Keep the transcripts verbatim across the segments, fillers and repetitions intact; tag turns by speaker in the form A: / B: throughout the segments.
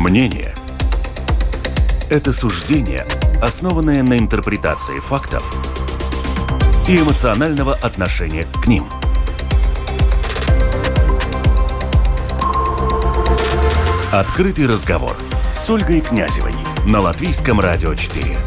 A: Мнение – это суждение, основанное на интерпретации фактов и эмоционального отношения к ним. Открытый разговор с Ольгой Князевой на Латвийском радио четыре.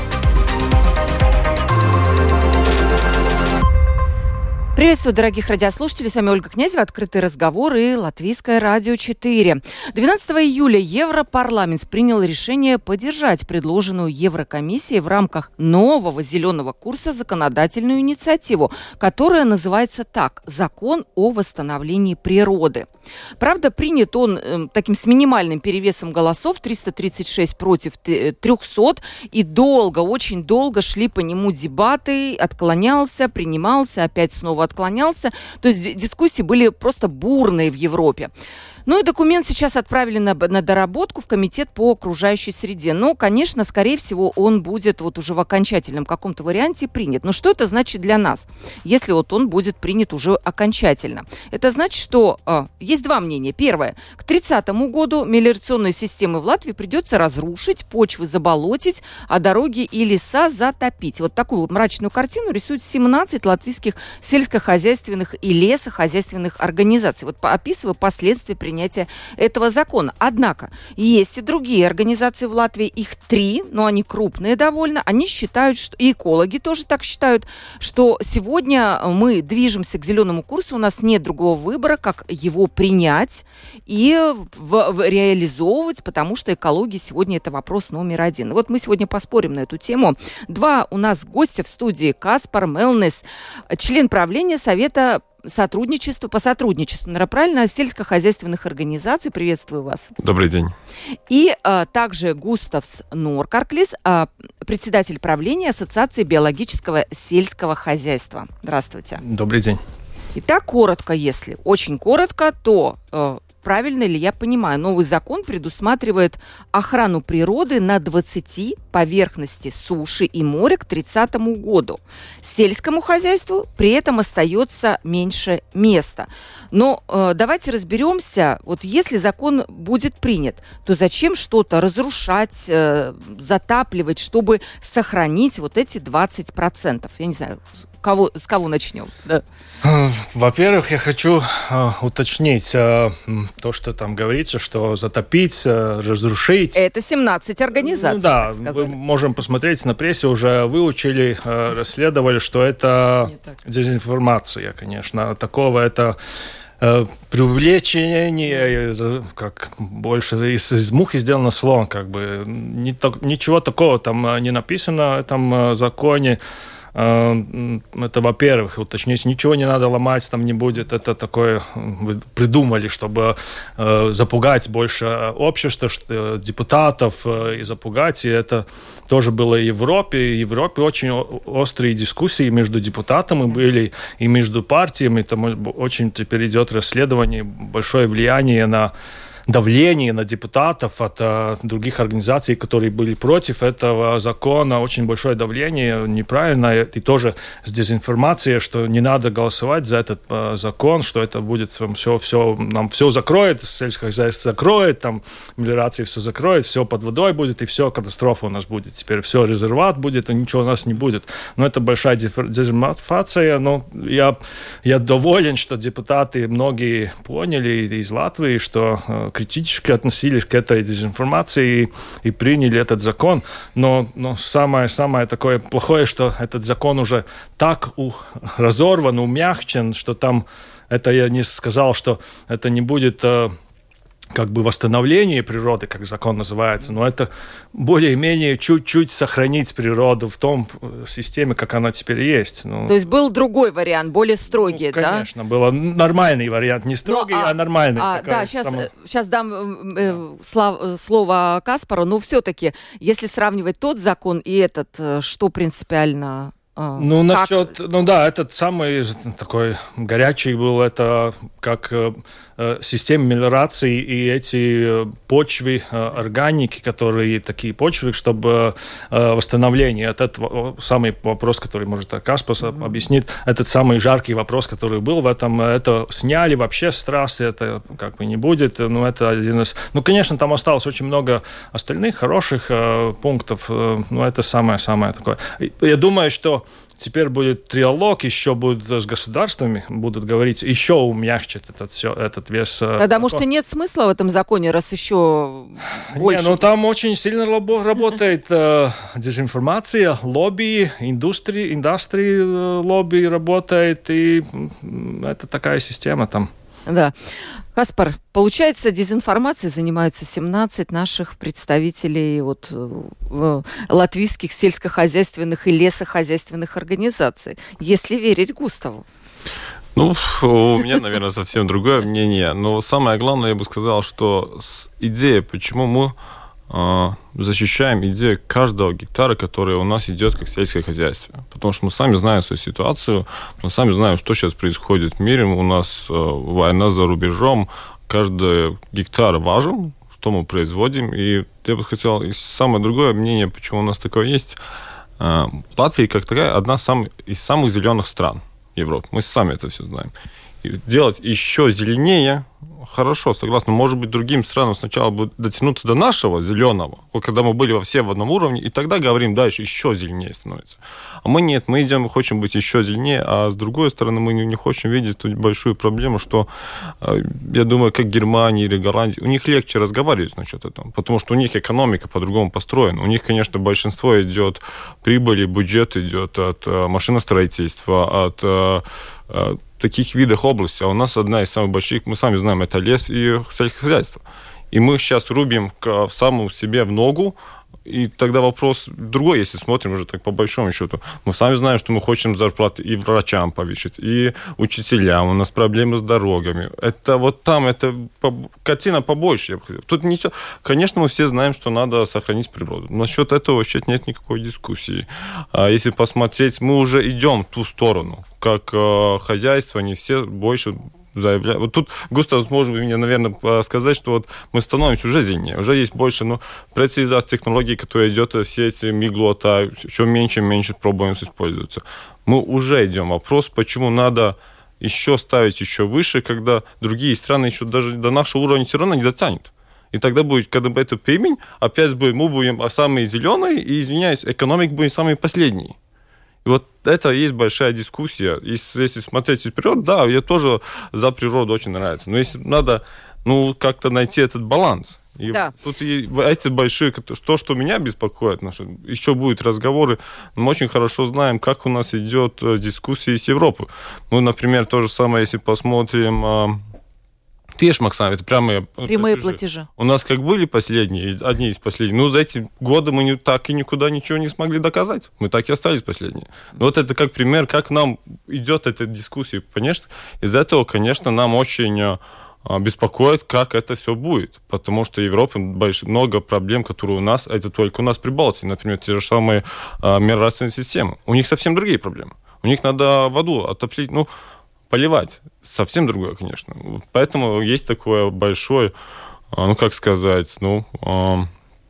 B: Приветствую, дорогих радиослушателей. С вами Ольга Князева, «Открытый разговор» и Латвийское радио четыре. двенадцатого июля Европарламент принял решение поддержать предложенную Еврокомиссией в рамках нового зеленого курса законодательную инициативу, которая называется так – «Закон о восстановлении природы». Правда, принят он э, таким с минимальным перевесом голосов, триста тридцать шесть против трехсот, и долго, очень долго шли по нему дебаты, отклонялся, принимался, опять снова отклонялся. То есть дискуссии были просто бурные в Европе. Ну и документ сейчас отправили на, на доработку в Комитет по окружающей среде. Но, конечно, скорее всего, он будет вот уже в окончательном каком-то варианте принят. Но что это значит для нас, если вот он будет принят уже окончательно? Это значит, что э, есть два мнения. Первое. К тридцатому году мелиорационные системы в Латвии придется разрушить, почвы заболотить, а дороги и леса затопить. Вот такую вот мрачную картину рисуют семнадцать латвийских сельскохозяйственных и лесохозяйственных организаций. Вот описывая последствия принятия этого закона. Однако есть и другие организации в Латвии, их три, но они крупные довольно. Они считают, что и экологи тоже так считают, что сегодня мы движемся к зеленому курсу, у нас нет другого выбора, как его принять и в, в, реализовывать, потому что экология сегодня это вопрос номер один. И вот мы сегодня поспорим на эту тему. Два у нас гостя в студии: Каспар Мелнес, член правления Совета сотрудничество, по сотрудничеству, правильно, сельскохозяйственных организаций. Приветствую вас.
C: Добрый день.
B: И а, также Густавс Норкарклис, а, председатель правления Ассоциации биологического сельского хозяйства. Здравствуйте.
C: Добрый день.
B: Итак, коротко, если очень коротко, то э, правильно ли я понимаю, новый закон предусматривает охрану природы на двадцати поверхности суши и моря к тридцатому году. Сельскому хозяйству при этом остается меньше места. Но э, давайте разберемся, вот если закон будет принят, то зачем что-то разрушать, э, затапливать, чтобы сохранить вот эти двадцать процентов? Я не знаю, кого, с кого начнем? Да.
C: Во-первых, я хочу э, уточнить э, то, что там говорится, что затопить, э, разрушить.
B: Это семнадцать организаций.
C: Ну, да, мы можем посмотреть на прессе, уже выучили, э, расследовали, что это дезинформация, конечно. Такого это э, преувеличение, как больше из, из мухи сделано слон, как бы. Не, так, ничего такого там не написано в этом законе. Это, во-первых, уточнить, ничего не надо ломать, там не будет. Это такое вы придумали, чтобы э, запугать больше общества, что, депутатов э, и запугать. И это тоже было и в Европе. И в Европе очень острые дискуссии между депутатами были и между партиями. Там очень теперь идет расследование, большое влияние на давление на депутатов от а, других организаций, которые были против этого закона, очень большое давление, неправильно, и тоже с дезинформацией, что не надо голосовать за этот а, закон, что это будет там, все, все, нам все закроет, сельское хозяйство закроет, там мелиорация все закроет, все под водой будет, и все, катастрофа у нас будет. Теперь все, резерват будет, и ничего у нас не будет. Но это большая дезинформация, но я, я доволен, что депутаты многие поняли из Латвии, что критически относились к этой дезинформации и, и приняли этот закон. Но, но самое, самое такое плохое, что этот закон уже так у, разорван, умягчен, что там, это я не сказал, что это не будет как бы восстановление природы, как закон называется, но это более-менее чуть-чуть сохранить природу в том системе, как она теперь есть. Ну,
B: то есть был другой вариант, более строгий,
C: ну, конечно, да? Конечно, был нормальный вариант, не строгий, ну, а, а нормальный.
B: А, да, сейчас, само... сейчас дам э, слав, слово Каспару, но все-таки, если сравнивать тот закон и этот, что принципиально...
C: Ну, насчет, ну да, этот самый такой горячий был, это как системы мелиорации и эти почвы, органики, которые такие почвы, чтобы восстановление. Это самый вопрос, который, может, Каспас mm-hmm. объяснит, этот самый жаркий вопрос, который был в этом. Это сняли вообще с трассы, это как бы не будет. Но это один из... Ну, конечно, там осталось очень много остальных хороших э, пунктов, э, но это самое-самое такое. Я думаю, что теперь будет триалог, еще будут с государствами, будут говорить, еще умягчить этот, все, этот вес.
B: Тогда, может, и нет смысла в этом законе, раз еще больше?
C: Не, ну там очень сильно работает э, дезинформация, лобби, индустрия, индустрия э, лобби работает, и это такая система там.
B: Да. Каспар, получается, дезинформацией занимаются семнадцать наших представителей вот, латвийских сельскохозяйственных и лесохозяйственных организаций, если верить Густаву.
D: Ну, у меня, наверное, совсем другое мнение. Но самое главное, я бы сказал, что идея, почему мы э, защищаем идею каждого гектара, который у нас идет как сельское хозяйство. Потому что мы сами знаем свою ситуацию, мы сами знаем, что сейчас происходит в мире. У нас э, война за рубежом, каждый гектар важен, что мы производим. И я бы хотел, и самое другое мнение, почему у нас такое есть. Э, Латвия, как такая, одна из самых зеленых стран Европы. Мы сами это все знаем. И делать еще зеленее, хорошо, согласна. Может быть, другим странам сначала будет дотянуться до нашего зеленого, когда мы были во все в одном уровне, и тогда говорим дальше, еще зеленее становится. А мы нет, мы идем и хотим быть еще зеленее, а с другой стороны, мы не хотим видеть тут большую проблему, что, я думаю, как Германия или Голландия, у них легче разговаривать насчет этого, потому что у них экономика по-другому построена. У них, конечно, большинство идет прибыли, бюджет идет от машиностроительства, от таких видов области, а у нас одна из самых больших, мы сами знаем, это лес и сельскохозяйство. И мы сейчас рубим в саму себе в ногу, и тогда вопрос другой, если смотрим уже так по большому счету. Мы сами знаем, что мы хотим зарплаты и врачам повысить, и учителям, у нас проблемы с дорогами. Это вот там, это картина побольше. Я бы хотел. Тут не... Конечно, мы все знаем, что надо сохранить природу. Насчет этого вообще нет никакой дискуссии. А если посмотреть, мы уже идем в ту сторону. Как э, хозяйство, они все больше заявляют. Вот тут Густав может мне, наверное, сказать, что вот мы становимся уже зеленее, уже есть больше, ну, прецизация технологий, которая идет, все эти миглота, еще меньше и меньше пробуем используются. Мы уже идем. Вопрос, почему надо еще ставить еще выше, когда другие страны еще даже до нашего уровня все равно не дотянут. И тогда будет, когда это перемень, опять будет, мы будем самые зеленые, и, извиняюсь, экономик будет самый последний. И вот это и есть большая дискуссия. Если, если смотреть вперед, да, я тоже за природу очень нравится. Но если надо, ну, как-то найти этот баланс. И
B: да.
D: Тут и эти большие, то, что меня беспокоит, наши, еще будут разговоры, мы очень хорошо знаем, как у нас идет дискуссия с Европой. Ну, например, то же самое, если посмотрим... Тиеш Максим, это прямые
B: прямые
D: платежи.
B: платежи.
D: У нас как были последние, одни из последних, но за эти годы мы не, так и никуда ничего не смогли доказать. Мы так и остались последние. Но вот это как пример, как нам идет эта дискуссия. Конечно, из-за этого, конечно, нам очень беспокоит, как это все будет. Потому что в Европе много проблем, которые у нас, это только у нас при Балтии. Например, те же самые мелиоративные системы. У них совсем другие проблемы. У них надо воду отоплить, ну, поливать. Совсем другое, конечно. Поэтому есть такое большое, ну, как сказать, ну, э,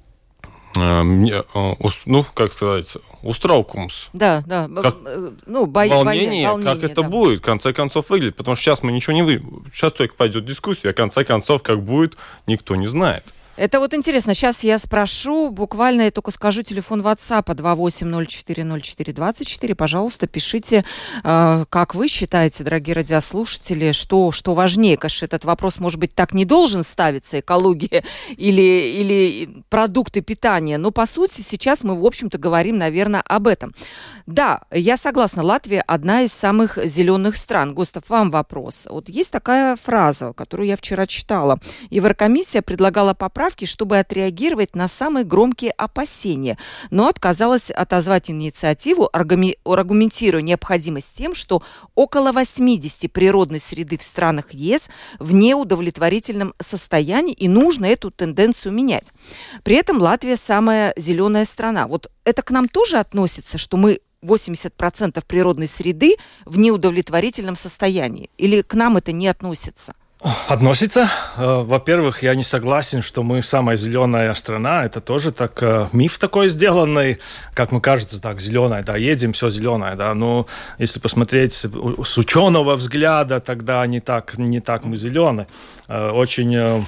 D: э, э, ну как сказать, устраукумс.
B: Да, да.
D: Как
B: ну, бо-
D: волнение,
B: волнение,
D: как это
B: да.
D: будет, в конце концов, выглядит. Потому что сейчас мы ничего не выйдем. Сейчас только пойдет дискуссия, а в конце концов, как будет, никто не знает.
B: Это вот интересно. Сейчас я спрошу, буквально я только скажу телефон WhatsApp два восемь ноль четыре ноль четыре двадцать четыре. Пожалуйста, пишите, э, как вы считаете, дорогие радиослушатели, что, что важнее. Конечно, этот вопрос, может быть, так не должен ставиться, экология или, или продукты питания. Но, по сути, сейчас мы, в общем-то, говорим, наверное, об этом. Да, я согласна, Латвия одна из самых зеленых стран. Густав, вам вопрос. Вот есть такая фраза, которую я вчера читала. Еврокомиссия предлагала поправки, чтобы отреагировать на самые громкие опасения, но отказалась отозвать инициативу, аргументируя необходимость тем, что около восемьдесят природной среды в странах ЕС в неудовлетворительном состоянии, и нужно эту тенденцию менять. При этом Латвия самая зеленая страна. Вот это к нам тоже относится, что мы восемьдесят процентов природной среды в неудовлетворительном состоянии? Или к нам это не относится?
C: Относится. Во-первых, я не согласен, что мы самая зеленая страна. Это тоже так миф такой сделанный, как мне кажется, так зеленая, да, едем, все зеленое, да. Но если посмотреть с ученого взгляда, тогда не так, не так мы зеленые. Очень,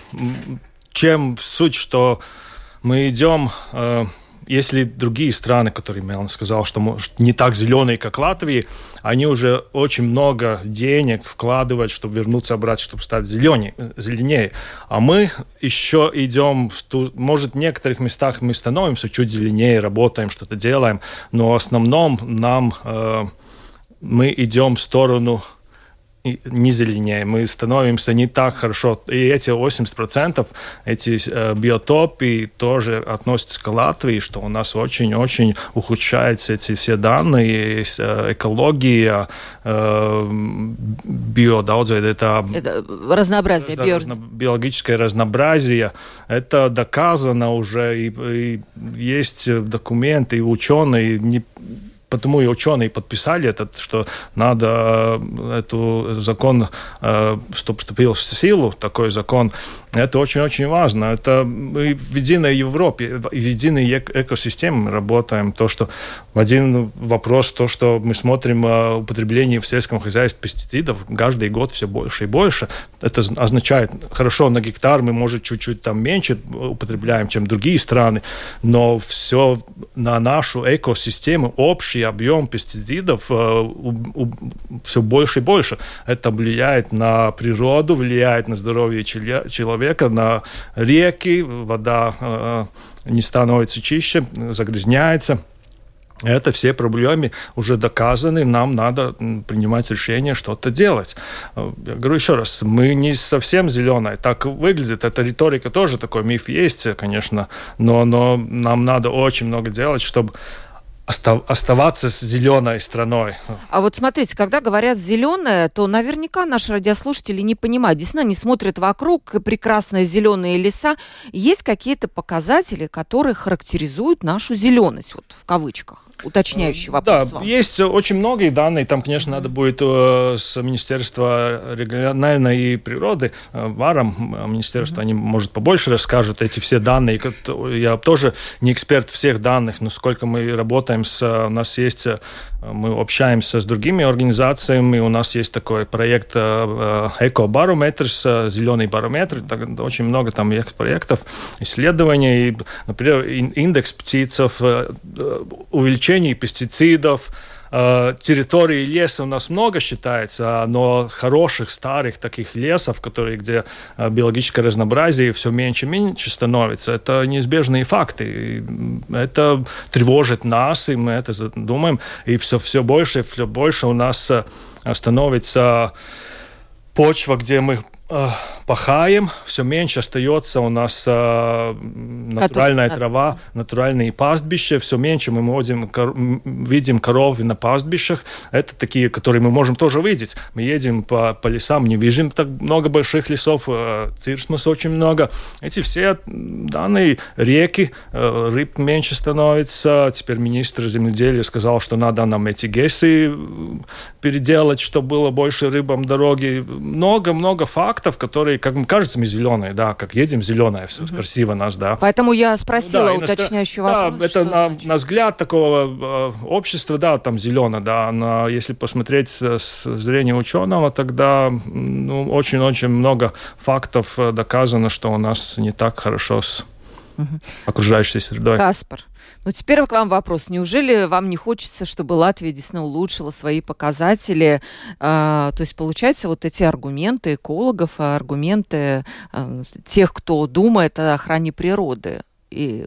C: чем суть, что мы идем. Если другие страны, которые Мелан сказал, что не так зеленые, как Латвия, они уже очень много денег вкладывают, чтобы вернуться обратно, чтобы стать зеленее, зеленее. А мы еще идем, в ту, может, в некоторых местах мы становимся чуть зеленее, работаем, что-то делаем, но в основном нам, э, мы идем в сторону не зеленее, мы становимся не так хорошо. И эти восемьдесят процентов, эти э, биотопы тоже относятся к Латвии, что у нас очень-очень ухудшаются эти все данные, э, экология, э, биодауdzveidība, это,
B: это разнообразие,
C: разно, разно, биологическое разнообразие. Это доказано уже, и, и есть документы, и ученые, не Потому и ученые подписали этот, что надо эту закон, чтобы вступил в силу, такой закон. Это очень-очень важно. Это мы в единой Европе, в единой экосистеме мы работаем. То, что в один вопрос, то, что мы смотрим употребление в сельском хозяйстве пестицидов каждый год все больше и больше. Это означает, хорошо, на гектар мы, может, чуть-чуть там меньше употребляем, чем другие страны, но все на нашу экосистему общий объем пестицидов э, у, у, все больше и больше. Это влияет на природу, влияет на здоровье человека, на реки, вода э, не становится чище, загрязняется. Это все проблемы уже доказаны, нам надо принимать решение, что-то делать. Я говорю еще раз, мы не совсем зеленые, так выглядит, эта риторика тоже, такой миф есть, конечно, но, но нам надо очень много делать, чтобы оставаться с зеленой страной.
B: А вот смотрите, когда говорят зеленая, то наверняка наши радиослушатели не понимают. Действительно, они смотрят вокруг, прекрасные зеленые леса. Есть какие-то показатели, которые характеризуют нашу зеленость, вот в кавычках? Уточняющий вопрос.
C: Да,
B: вам.
C: Есть очень многие данные. Там, конечно, mm-hmm. надо будет э, с Министерства региональной природы, э, ВАРом, Министерство, mm-hmm. они, может, побольше расскажут эти все данные. Я тоже не эксперт всех данных, но сколько мы работаем с... У нас есть... Мы общаемся с другими организациями. У нас есть такой проект «Экобарометр», «Зеленый барометр». Очень много там есть проектов, исследований. Например, индекс птицев, увеличение пестицидов, территории леса у нас много считается, но хороших старых таких лесов, которые, где биологическое разнообразие все меньше и меньше становится, это неизбежные факты. Это тревожит нас, и мы это думаем, и все, все больше, все больше у нас становится почва, где мы пахаем, все меньше остается у нас э, натуральная Который... трава, натуральные пастбища, все меньше мы видим, кор... видим коров на пастбищах. Это такие, которые мы можем тоже видеть. Мы едем по, по лесам, не видим так много больших лесов, э, цирсмас очень много. Эти все данные, реки, э, рыб меньше становится. Теперь министр земледелия сказал, что надо нам эти гесы переделать, чтобы было больше рыбам дороги. Много-много фактов, которые, как мне кажется, мы зеленые, да, как едем зеленое, все uh-huh. красиво наш, да.
B: Поэтому я спросила
C: ну, да,
B: уточняющий
C: да,
B: вопрос.
C: Да, это на, на взгляд такого э, общества, да, там зеленое, да, но если посмотреть с, с зрения ученого, тогда ну, очень-очень много фактов доказано, что у нас не так хорошо с uh-huh. окружающей средой.
B: Каспар. Ну, теперь к вам вопрос. Неужели вам не хочется, чтобы Латвия действительно улучшила свои показатели? А, то есть, получается, вот эти аргументы экологов, аргументы а, тех, кто думает о охране природы. И...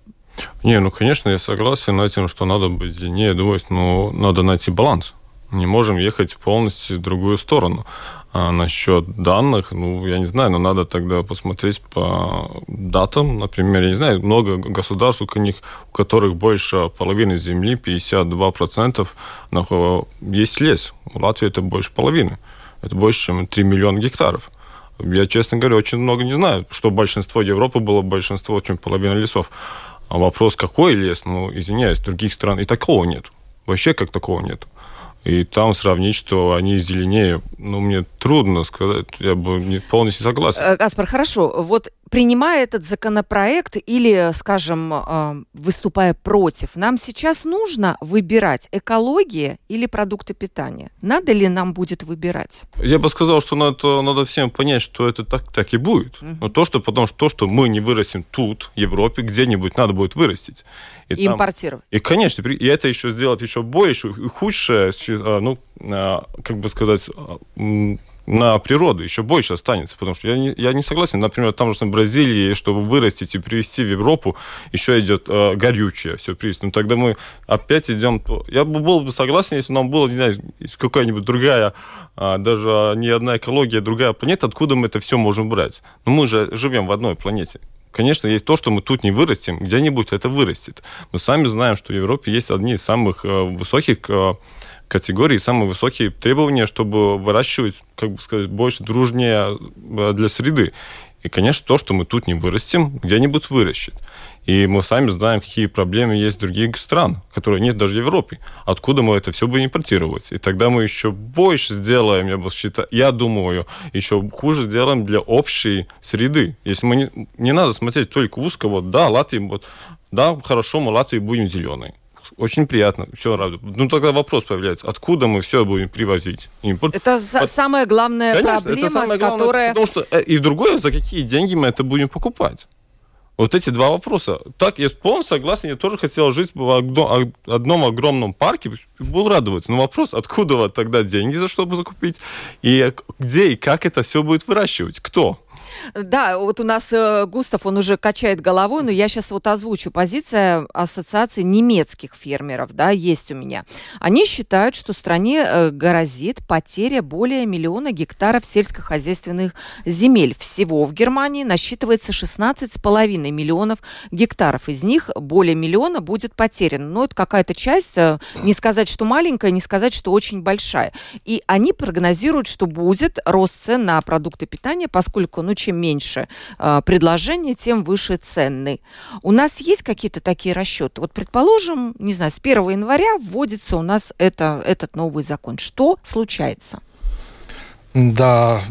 D: Не, ну, конечно, я согласен на тем, что надо быть зеленее, но надо найти баланс. Не можем ехать полностью в другую сторону. А насчет данных, ну, я не знаю, но надо тогда посмотреть по датам. Например, я не знаю, много государств, у них, у которых больше половины земли, пятьдесят два процента, есть лес. У Латвии это больше половины. Это больше, чем три миллиона гектаров. Я, честно говоря, очень много не знаю, что большинство Европы было большинство, чем половина лесов. А вопрос, какой лес, ну, извиняюсь, других стран и такого нет. Вообще как такого нет. и там сравнить, что они зеленее, ну, мне трудно сказать, я бы не полностью согласен.
B: Гаспар, хорошо, вот принимая этот законопроект или, скажем, выступая против, нам сейчас нужно выбирать экология или продукты питания? Надо ли нам будет выбирать?
D: Я бы сказал, что надо, надо всем понять, что это так, так и будет. Uh-huh. Но то, что, потому что то, что мы не вырастим тут, в Европе, где-нибудь надо будет вырастить.
B: И, и там, импортировать.
D: И, конечно, и это еще сделать еще больше, и худшее, ну, как бы сказать, на природу еще больше останется, потому что я не, я не согласен, например, там же в Бразилии, чтобы вырастить и привезти в Европу, еще идет э, горючее, все привезти. Ну, тогда мы опять идем... Я бы был бы согласен, если нам было, не знаю, какая-нибудь другая, а, даже не одна экология, другая планета, откуда мы это все можем брать. Но мы же живем в одной планете. Конечно, есть то, что мы тут не вырастим, где-нибудь это вырастет. Мы сами знаем, что в Европе есть одни из самых э, высоких... Э, категории, самые высокие требования, чтобы выращивать, как бы сказать, больше, дружнее для среды. И, конечно, то, что мы тут не вырастим, где-нибудь вырастет. И мы сами знаем, какие проблемы есть в других странах, которые нет даже в Европе. Откуда мы это все будем импортировать? И тогда мы еще больше сделаем, я бы считал, я думаю, еще хуже сделаем для общей среды. Если мы не, не надо смотреть только узко, вот, да, Латвия, вот, да, хорошо, мы Латвии будем зеленой. Очень приятно, все радует. Ну, тогда вопрос появляется, откуда мы все будем привозить? Импорт.
B: Это Под... самая главная Конечно, проблема, самое главное, которая...
D: Потому что, и другое, за какие деньги мы это будем покупать? Вот эти два вопроса. Так, я полностью согласен, я тоже хотел жить в одном огромном парке, был радоваться. Но вопрос, откуда вот тогда деньги, за что бы закупить? И где и как это все будет выращивать? Кто?
B: Да, вот у нас э, Густав, он уже качает головой, но я сейчас вот озвучу. Позиция Ассоциации немецких фермеров, да, есть у меня. Они считают, что стране э, грозит потеря более миллиона гектаров сельскохозяйственных земель. Всего в Германии насчитывается шестнадцать с половиной миллионов гектаров. Из них более миллиона будет потеряно. Но это какая-то часть, э, не сказать, что маленькая, не сказать, что очень большая. И они прогнозируют, что будет рост цен на продукты питания, поскольку, ну, чем меньше э, предложений, тем выше цены. У нас есть какие-то такие расчеты? Вот, предположим, не знаю, с первого января вводится у нас это, этот новый закон. Что случается?
C: Да,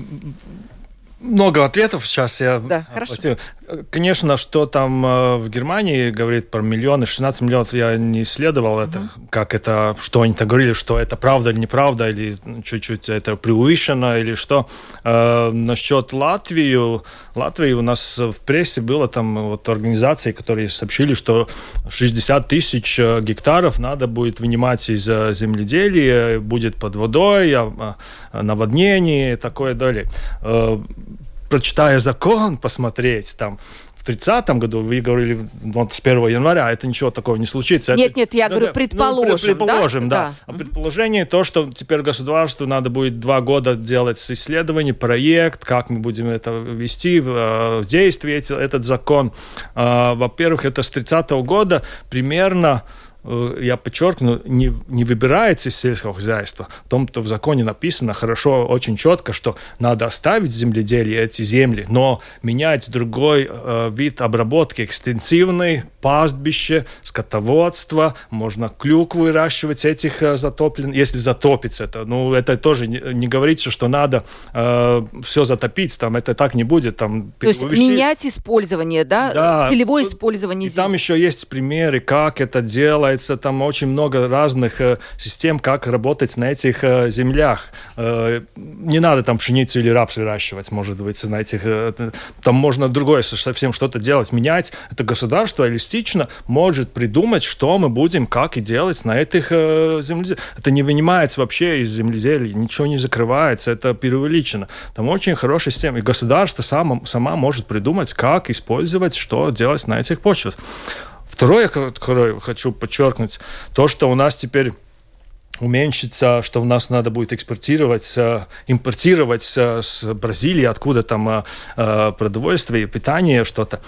C: много ответов сейчас я...
B: Да, хорошо.
C: Конечно, что там э, в Германии говорит про миллионы, шестнадцать миллионов, я не исследовал это, mm-hmm. как это, что они-то говорили, что это правда или неправда, или чуть-чуть это преувеличено, или что. Э, насчет Латвии, Латвии у нас в прессе было там вот организации, которые сообщили, что шестьдесят тысяч гектаров надо будет вынимать из земледелия, будет под водой, наводнение и такое далее. Э, прочитая закон, посмотреть, там, в тридцатом году, вы говорили, вот с первого января, это ничего такого не случится.
B: Нет,
C: это,
B: нет, я да, говорю, предположим,
C: ну, предположим, да?
B: да.
C: да. А предположение то, что теперь государству надо будет два года делать исследование, проект, как мы будем это ввести в, в действие, этот закон. Во-первых, это с тридцатого года примерно, я подчеркну, не, не выбирается из сельского хозяйства. В том-то в законе написано хорошо, очень четко, что надо оставить земледелие, эти земли, но менять другой э, вид обработки, экстенсивный, пастбище, скотоводство, можно клюкву выращивать этих э, затопленных, если затопится это. Ну, это тоже не, не говорится, что надо э, все затопить, там это так не будет. Там,
B: То есть вещи... менять использование, да?
C: Да.
B: Целевое использование
C: и
B: земли.
C: Там еще есть примеры, как это делается. Там очень много разных э, систем, как работать на этих э, землях. Э, не надо там пшеницу или рапс выращивать, может быть, на этих... Э, там можно другое совсем что-то делать, менять. Это государство реалистично может придумать, что мы будем, как и делать на этих э, земледелиях. Это не вынимается вообще из земледелия, ничего не закрывается, это преувеличено. Там очень хорошая система. И государство само, сама может придумать, как использовать, что делать на этих почвах. Второе, которое хочу подчеркнуть, то, что у нас теперь уменьшится, что у нас надо будет экспортировать, импортировать с Бразилии, откуда там продовольствие, питание, что-то.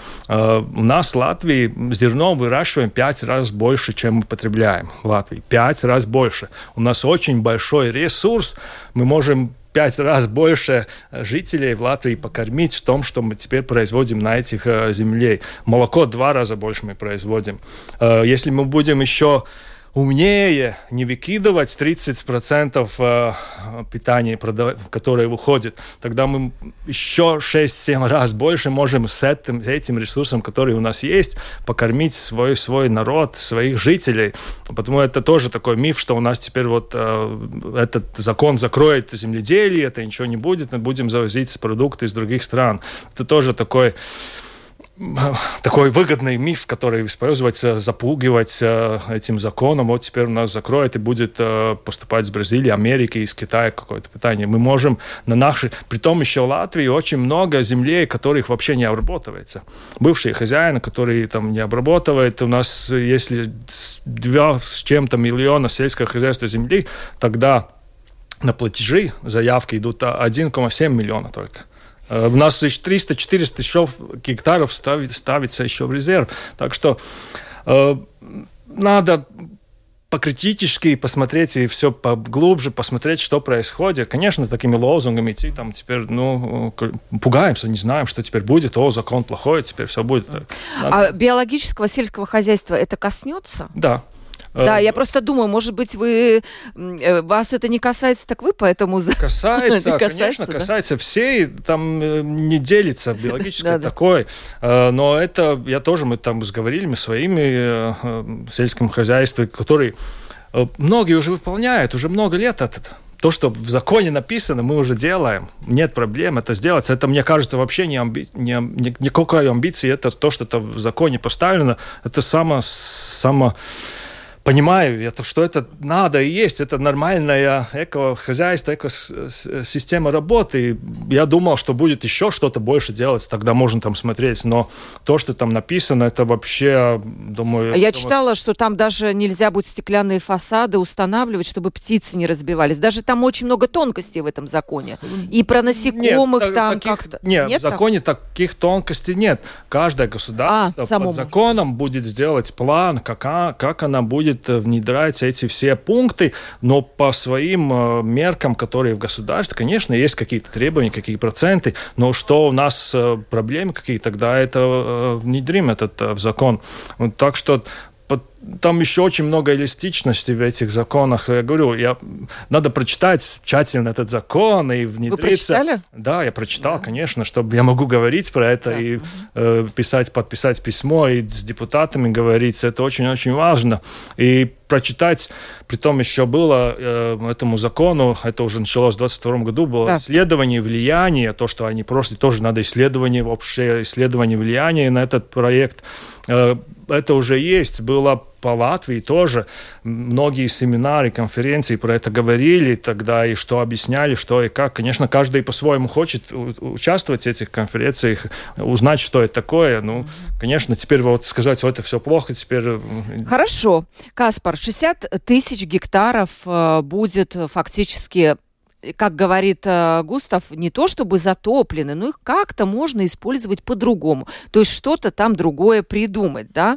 C: У нас в Латвии зерно выращиваем пять раз больше, чем мы потребляем в Латвии. Пять раз больше. У нас очень большой ресурс. Мы можем пять раз больше жителей в Латвии покормить в том, что мы теперь производим на этих э, землях. Молоко два раза больше мы производим. Э, если мы будем еще умнее не выкидывать тридцать процентов питания, которое выходит. Тогда мы еще шесть-семь раз больше можем с этим, этим ресурсом, который у нас есть, покормить свой, свой народ, своих жителей. Потому это тоже такой миф, что у нас теперь вот этот закон закроет земледелие, это ничего не будет, мы будем завозить продукты из других стран. Это тоже такой... такой выгодный миф, который используется, запугивать э, этим законом. Вот теперь у нас закроют и будет э, поступать из Бразилии, Америки, из Китая какое-то питание. Мы можем на наши... Притом еще в Латвии очень много землей, которых вообще не обрабатывается. Бывшие хозяины, которые там не обрабатывают. У нас, если два с чем-то миллиона сельского хозяйства земли, тогда на платежи заявки идут один целых семь миллиона только. У нас еще триста-четыреста гектаров ставит, ставится еще в резерв. Так что э, надо покритически посмотреть и все поглубже посмотреть, что происходит. Конечно, такими лозунгами идти там теперь, ну, пугаемся, не знаем, что теперь будет. О, закон плохой, теперь все будет. Надо...
B: А биологического сельского хозяйства это коснется?
C: Да.
B: Да, я просто думаю, может быть, вы вас это не касается, так вы поэтому...
C: Касается, конечно, да? Касается всей, там не делится биологическое такое. Но это, я тоже, мы там говорили, мы своими сельским хозяйством, которые многие уже выполняют, уже много лет это. То, что в законе написано, мы уже делаем. Нет проблем это сделать. Это, мне кажется, вообще не амби... не, не, никакой амбиции. Это то, что это в законе поставлено. Это само... само понимаю, это, что это надо и есть, это нормальная эко-хозяйство, эко-система работы. И я думал, что будет еще что-то больше делать, тогда можно там смотреть. Но то, что там написано, это вообще, думаю...
B: Я
C: думаю...
B: читала, что там даже нельзя будет стеклянные фасады устанавливать, чтобы птицы не разбивались. Даже там очень много тонкостей в этом законе. И про насекомых нет, там
C: таких,
B: как-то...
C: Нет,
B: нет,
C: в законе
B: так?
C: таких тонкостей нет. Каждое государство а, под законом будет сделать план, как, как она будет внедрять эти все пункты, но по своим э, меркам, которые в государстве, конечно, есть какие-то требования, какие проценты, но что у нас э, проблемы какие, тогда это э, внедрим этот э, в закон. Вот, так что там еще очень много эластичности в этих законах. Я говорю, я, надо прочитать тщательно этот закон и внедриться.
B: Вы прочитали?
C: Да, я прочитал, да. Конечно, чтобы я могу говорить про это да. и э, писать, подписать письмо и с депутатами говорить. Это очень-очень важно. И прочитать, притом еще было э, этому закону, это уже началось в двадцать втором году, было да. исследование влияния, то, что они просто тоже надо исследование, вообще исследование влияния на этот проект. Э, это уже есть, было по Латвии тоже. Многие семинары, конференции про это говорили тогда, и что объясняли, что и как. Конечно, каждый по-своему хочет участвовать в этих конференциях, узнать, что это такое. Ну, конечно, теперь вот сказать, что это все плохо, теперь...
B: Хорошо. Каспар, шестьдесят тысяч гектаров будет фактически, как говорит Густав, не то чтобы затоплены, но их как-то можно использовать по-другому. То есть что-то там другое придумать, да?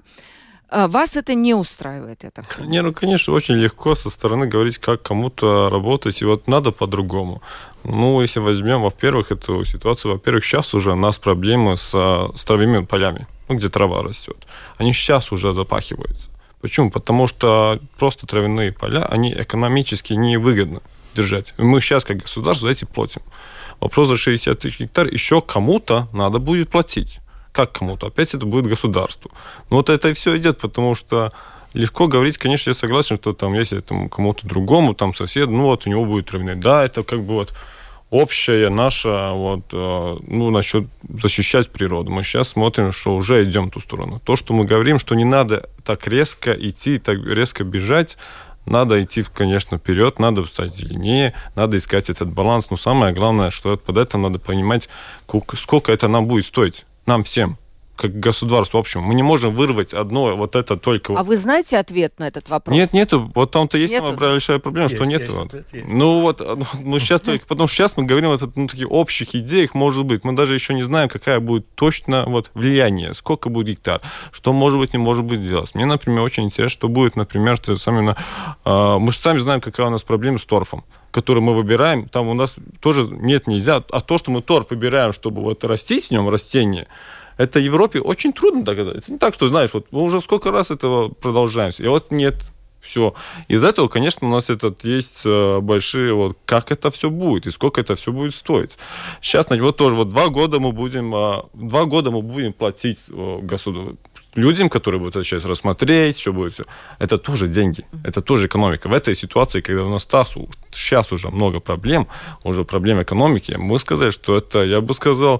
B: Вас это не устраивает, я так понимаю?
D: Не, ну, конечно, очень легко со стороны говорить, как кому-то работать, и вот надо по-другому. Ну, если возьмем, во-первых, эту ситуацию, во-первых, сейчас уже у нас проблемы с, с травяными полями, ну, где трава растет. Они сейчас уже запахиваются. Почему? Потому что просто травяные поля, они экономически невыгодны держать. Мы сейчас, как государство, за эти платим. Вопрос за шестьдесят тысяч гектар еще кому-то надо будет платить. Как кому-то? Опять это будет государству. Но вот это и все идет, потому что легко говорить, конечно, я согласен, что там, если там, кому-то другому, там, соседу, ну, вот у него будет травяные. Да, это как бы вот общая наша, вот, ну, насчет защищать природу. Мы сейчас смотрим, что уже идем в ту сторону. То, что мы говорим, что не надо так резко идти, так резко бежать, надо идти, конечно, вперед, надо стать зеленее, надо искать этот баланс. Но самое главное, что под это надо понимать, сколько это нам будет стоить. Нам всем, как государству, в общем. Мы не можем вырвать одно, вот это только...
B: А вы знаете ответ на этот вопрос?
D: Нет, нету. Вот там-то есть нету? Большая проблема, есть, что нету.
C: Есть,
D: вот.
C: есть.
D: Ну вот, ну сейчас только, потому что сейчас мы говорим о ну, таких общих идеях, может быть. Мы даже еще не знаем, какая будет точно вот, влияние, сколько будет гектар, что может быть, не может быть делать. Мне, например, очень интересно, что будет, например, что сами, э, мы же сами знаем, какая у нас проблема с торфом, который мы выбираем, там у нас тоже нет, нельзя. А то, что мы торф выбираем, чтобы вот растить в нем растения, это в Европе очень трудно доказать. Это не так, что, знаешь, вот мы уже сколько раз этого продолжаемся. И вот нет, Все. Из этого, конечно, у нас этот есть большие, вот, как это все будет и сколько это все будет стоить. Сейчас, вот тоже, вот два года мы будем, два года мы будем платить государству, людям, которые будут это сейчас рассмотреть, что будет все. Это тоже деньги, это тоже экономика. В этой ситуации, когда у нас сейчас уже много проблем, уже проблем экономики, мы сказали, что это, я бы сказал,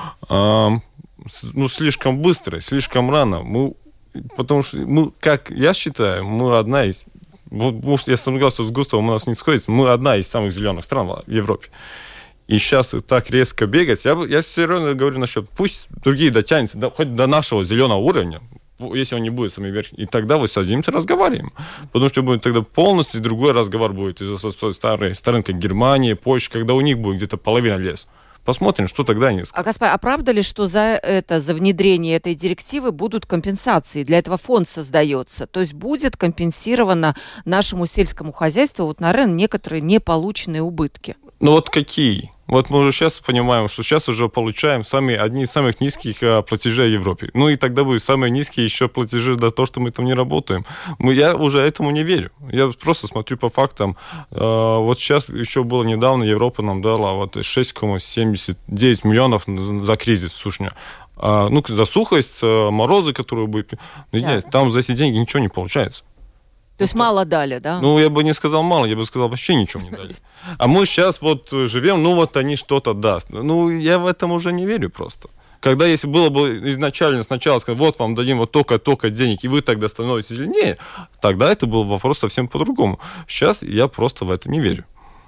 D: ну, слишком быстро, слишком рано. Мы Потому что мы, как я считаю, мы одна из... Вот, я согласен с Густавом, у нас не сходится, мы одна из самых зеленых стран в Европе. И сейчас так резко бегать, я, я все равно говорю насчет, пусть другие дотянутся, до, хоть до нашего зеленого уровня, если он не будет самый верх, и тогда вот садимся, разговариваем. Потому что будет тогда полностью другой разговор будет из-за старой страны, как Германия, Польша, когда у них будет где-то половина леса. Посмотрим, что тогда они скажут.
B: А, Гаспар, а правда ли, что за это, за внедрение этой директивы будут компенсации? Для этого фонд создается. То есть будет компенсировано нашему сельскому хозяйству, вот, наверное, некоторые неполученные убытки?
D: Ну вот какие? Вот мы уже сейчас понимаем, что сейчас уже получаем самые, одни из самых низких а, платежей в Европе. Ну и тогда будут самые низкие еще платежи за то, что мы там не работаем. Мы, я уже этому не верю. Я просто смотрю по фактам. А, вот сейчас еще было недавно, Европа нам дала вот шесть целых семьдесят девять миллионов за кризис сушня. А, ну, за сухость, морозы, которые будут... Ну, да. Там за эти деньги ничего не получается.
B: То есть мало дали, да?
D: Ну, я бы не сказал мало, я бы сказал, вообще ничего не дали. А мы сейчас вот живем, ну, вот они что-то даст. Ну, я в этом уже не верю просто. Когда, если было бы изначально сначала сказать, вот вам дадим вот только-только денег, и вы тогда становитесь зеленее, тогда это был вопрос совсем по-другому. Сейчас я просто в это не верю.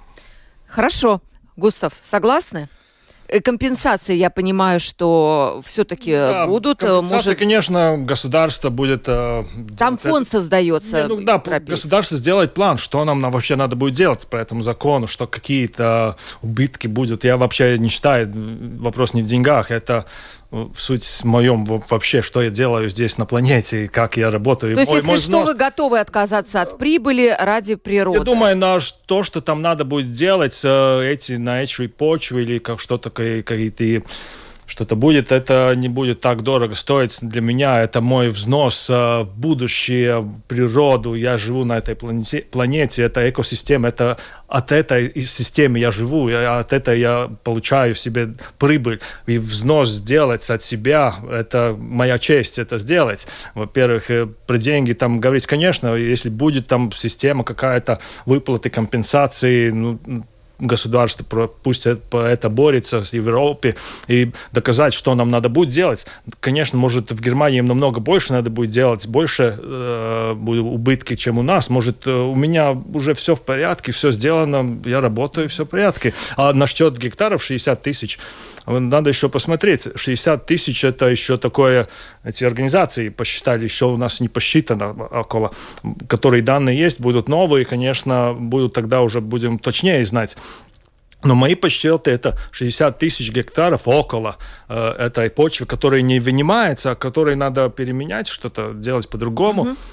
B: Хорошо. Густав, согласны? Компенсации, я понимаю, что все-таки да, будут.
C: Компенсации,
B: может...
C: конечно, государство будет...
B: Там фонд это... создается.
C: Не, ну, да, государство сделает план, что нам вообще надо будет делать по этому закону, что какие-то убытки будут. Я вообще не считаю, вопрос не в деньгах, это в суть в моем вообще, что я делаю здесь на планете, и как я работаю.
B: То есть,
C: мой,
B: если
C: мой
B: что,
C: взнос...
B: вы готовы отказаться от прибыли ради природы?
C: Я думаю, на то, что там надо будет делать, эти, на этой почве или как что-то, какие-то... что-то будет, это не будет так дорого стоить для меня. Это мой взнос в будущее, в природу. Я живу на этой планете, планете, это экосистема, это от этой системы я живу, от этой я получаю себе прибыль. И взнос сделать от себя, это моя честь это сделать. Во-первых, про деньги там говорить, конечно, если будет там система какая-то выплаты, компенсации, ну, государство пусть это борется с Европой и доказать, что нам надо будет делать. Конечно, может, в Германии им намного больше надо будет делать, больше э, будет убытки, чем у нас. Может, у меня уже все в порядке, все сделано, я работаю, все в порядке. А насчет гектаров шестьдесят тысяч, надо еще посмотреть. шестьдесят тысяч это еще такое, эти организации посчитали, еще у нас не посчитано около, которые данные есть, будут новые, конечно, будут тогда уже будем точнее знать. Но мои подсчеты это шестьдесят тысяч гектаров около э, этой почвы, которая не вынимается, а которой надо переменять, что-то делать по-другому. Mm-hmm.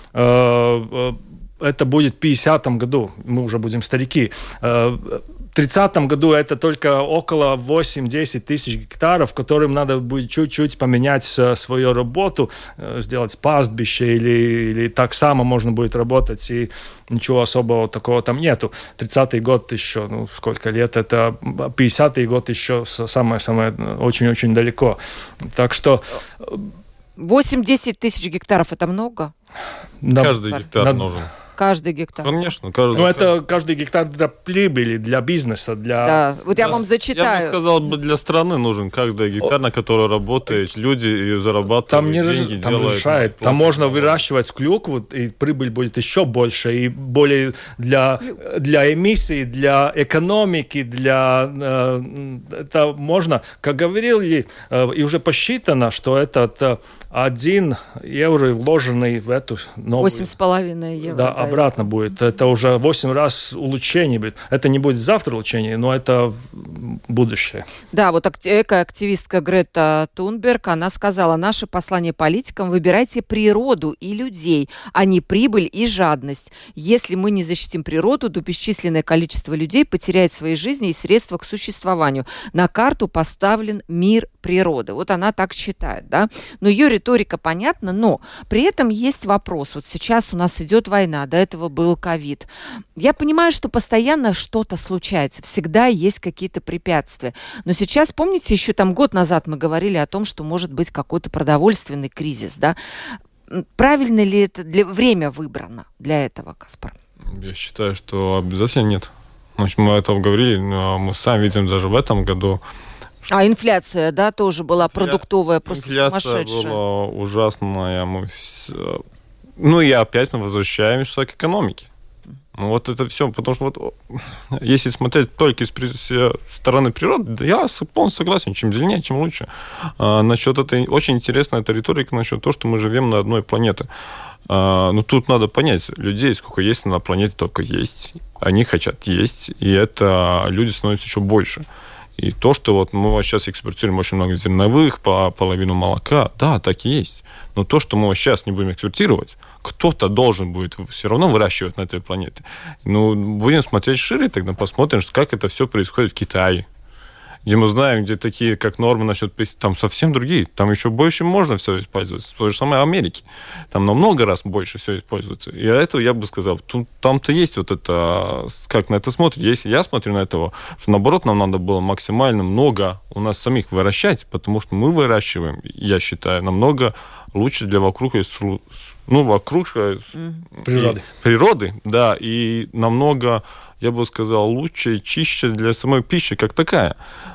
C: Э, э, это будет в пятидесятом году, мы уже будем старики. Э, В тридцатом году это только около восемь-десять тысяч гектаров, которым надо будет чуть-чуть поменять свою работу, сделать пастбище или, или так само можно будет работать, и ничего особого такого там нету. тридцатый год еще, ну, сколько лет, это пятидесятый год еще самое-самое, очень-очень далеко. Так что...
B: восемь-десять тысяч гектаров это много?
D: Каждый гектар
C: Над...
D: нужен.
B: Каждый гектар.
D: Конечно, каждый.
C: Ну, это каждый гектар для прибыли, для бизнеса, для...
B: Да, вот я
D: для...
B: вам зачитаю.
D: Я бы сказал, для страны нужен каждый гектар, на который работают люди и зарабатывают
C: там не
D: деньги.
C: Раз... Там решает. Там можно выращивать клюкву, и прибыль будет еще больше, и более для, для эмиссий, для экономики, для... Это можно, как говорили, и уже посчитано, что этот один евро, вложенный в эту новую...
B: Восемь с половиной евро.
C: Да, да, обратно будет. Это уже восемь раз улучшение будет. Это не будет завтра улучшение, но это будущее.
B: Да, вот экоактивистка Грета Тунберг, она сказала, наше послание политикам: выбирайте природу и людей, а не прибыль и жадность. Если мы не защитим природу, то бесчисленное количество людей потеряет свои жизни и средства к существованию. На карту поставлен мир природы. Вот она так считает, да. Но ее риторика понятна, но при этом есть вопрос. Вот сейчас у нас идет война, до этого был ковид. Я понимаю, что постоянно что-то случается, всегда есть какие-то препятствия. Но сейчас, помните, еще там год назад мы говорили о том, что может быть какой-то продовольственный кризис, да. Правильно ли это для... время выбрано для этого, Каспар?
D: Я считаю, что обязательно нет. Значит, мы о этом говорили, но мы сами видим даже в этом году.
B: А инфляция, да, тоже была продуктовая, просто
D: инфляция
B: сумасшедшая.
D: Инфляция была ужасная. Мы все... Ну и опять мы возвращаемся к экономике. Ну вот это все, потому что вот если смотреть только с стороны природы, да, я полностью согласен, чем зеленее, чем лучше. А, насчет этой, очень интересная эта риторика насчет того, что мы живем на одной планете. А, ну тут надо понять, людей сколько есть на планете, только есть. Они хотят есть, и это люди становятся еще больше. И то, что вот мы сейчас экспортируем очень много зерновых, по половину молока, да, так и есть. Но то, что мы сейчас не будем экспортировать, кто-то должен будет все равно выращивать на этой планете. Ну, будем смотреть шире, тогда посмотрим, как это все происходит в Китае, где мы знаем, где такие, как нормы насчет песни, там совсем другие. Там еще больше можно все использовать. То же самое в Америке. Там намного раз больше все используется. И этого я бы сказал, тут, там-то есть вот это, как на это смотрят. Если я смотрю на этого, что наоборот нам надо было максимально много у нас самих выращать, потому что мы выращиваем, я считаю, намного лучше для вокруг, ну, вокруг
C: природы.
D: природы, да, и намного, я бы сказал, лучше и чище для самой пищи как такая.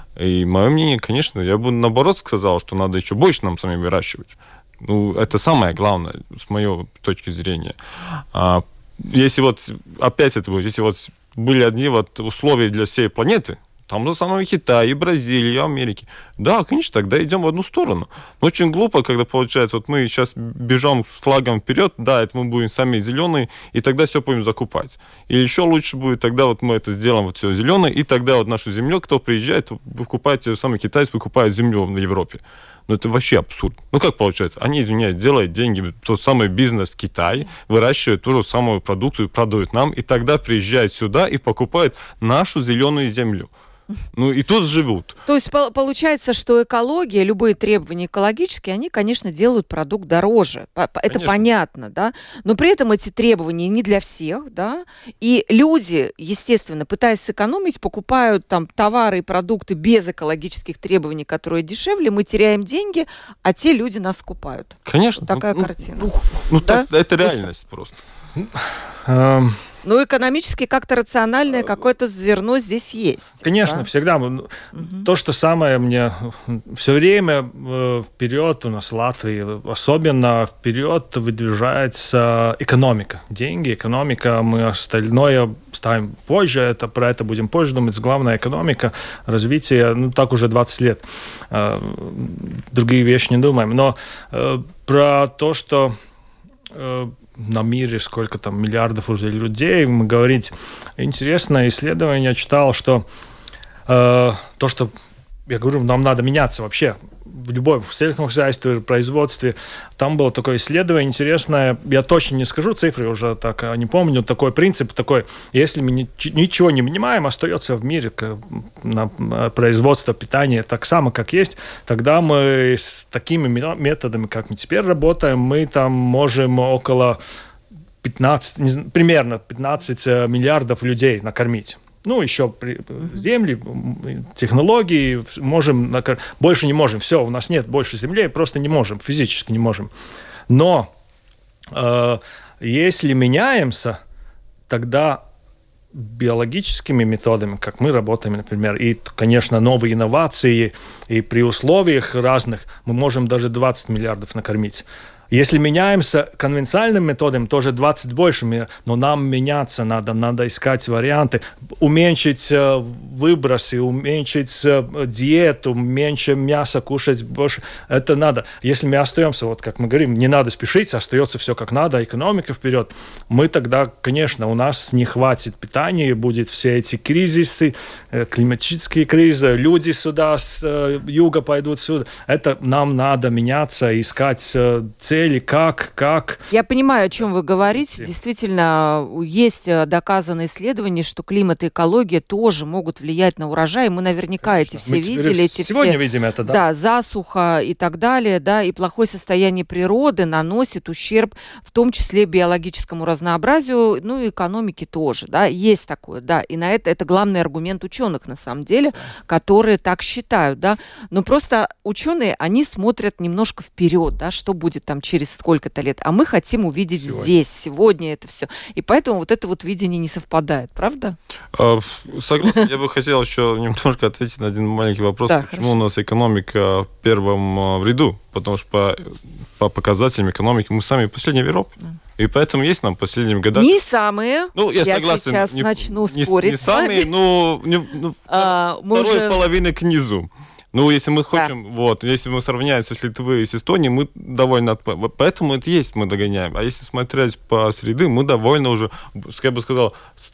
D: И мое мнение, конечно, я бы наоборот сказал, что надо еще больше нам самим выращивать. Ну, это самое главное, с моей точки зрения. А если вот, опять это будет, если вот были одни вот условия для всей планеты, там же самое Китай, и Бразилия, и Америки. Да, конечно, тогда идем в одну сторону. Но очень глупо, когда получается, вот мы сейчас бежим с флагом вперед, да, это мы будем сами зеленые, и тогда все будем закупать. И еще лучше будет, тогда вот мы это сделаем вот все зеленое, и тогда вот нашу землю, кто приезжает, выкупает, те же самые китайцы выкупают землю в Европе. Ну, это вообще абсурд. Ну, как получается? Они, извиняюсь, делают деньги, тот самый бизнес в Китае, выращивают ту же самую продукцию, продают нам, и тогда приезжают сюда и покупают нашу зеленую землю. Ну, и тут живут.
B: То есть получается, что экология, любые требования экологические, они, конечно, делают продукт дороже. Это конечно. Понятно, да? Но при этом эти требования не для всех, да? И люди, естественно, пытаясь сэкономить, покупают там товары и продукты без экологических требований, которые дешевле, мы теряем деньги, а те люди нас скупают.
D: Конечно.
B: Вот такая
D: ну,
B: картина.
D: Ну, ну да? так, это реальность
B: Просто.
D: просто.
B: Ну, экономически как-то рациональное какое-то зерно здесь есть.
C: Конечно,
B: да?
C: всегда. Угу. То, что самое мне все время э, вперед у нас в Латвии, особенно вперед выдвижается экономика. Деньги, экономика, мы остальное ставим позже, это, про это будем позже думать. Главная экономика, развитие, ну, так уже двадцать лет. Э, другие вещи не думаем. Но э, про то, что... Э, на мире сколько там миллиардов уже людей, мы говорить. Интересное исследование, я читал, что э, то, что, я говорю, нам надо меняться вообще в любой, в сельском хозяйстве, в производстве. Там было такое исследование интересное, я точно не скажу цифры, уже так не помню, такой принцип такой, если мы ничего не меняем, остается в мире на производство питания так само, как есть, тогда мы с такими методами, как мы теперь работаем, мы там можем около пятнадцать, примерно пятнадцать миллиардов людей накормить. Ну, еще при, земли, технологии, можем, больше не можем, все, у нас нет больше земли, просто не можем, физически не можем. Но э, если меняемся, тогда биологическими методами, как мы работаем, например, и, конечно, новые инновации, и при условиях разных мы можем даже двадцать миллиардов накормить. Если меняемся конвенциональным методом, тоже двадцать больше, но нам меняться надо, надо искать варианты, уменьшить э, выбросы, уменьшить э, диету, меньше мяса кушать, больше. Это надо. Если мы остаемся, вот как мы говорим, не надо спешить, остается все как надо, экономика вперед, мы тогда, конечно, у нас не хватит питания, будет все эти кризисы, э, климатические кризисы, люди сюда с э, юга пойдут сюда. Это нам надо меняться, искать э, цели, как, как...
B: Я понимаю, о чем вы говорите. Действительно, есть доказанные исследования, что климат и экология тоже могут влиять на урожай. Мы наверняка Конечно. эти все
C: Мы
B: видели. Эти
C: сегодня
B: все,
C: видим это, да?
B: Да, засуха и так далее, да, и плохое состояние природы наносит ущерб, в том числе биологическому разнообразию, ну и экономике тоже, да, есть такое, да, и на это, это главный аргумент ученых, на самом деле, да. которые так считают, да, но просто ученые, они смотрят немножко вперед, да, что будет там через сколько-то лет, а мы хотим увидеть сегодня. здесь, сегодня это все, и поэтому вот это вот видение не совпадает, правда?
D: Согласен, я бы хотел еще немножко ответить на один маленький вопрос,
B: да,
D: почему
B: хорошо.
D: у нас экономика в первом ряду, потому что по, по показателям экономики мы сами последние в Европе. Да. И поэтому есть нам в последнем году...
B: Не самые.
D: Ну, я,
B: я
D: согласен.
B: сейчас
D: не,
B: начну
D: не,
B: спорить.
D: Не самые, но не, ну,
B: а,
D: второй
B: уже...
D: половины к низу. Ну, если мы хотим, да. вот, если мы сравняемся с Литвой и с Эстонией, мы довольно... Поэтому это есть, мы догоняем. А если смотреть по среды, мы довольно уже, я бы сказал,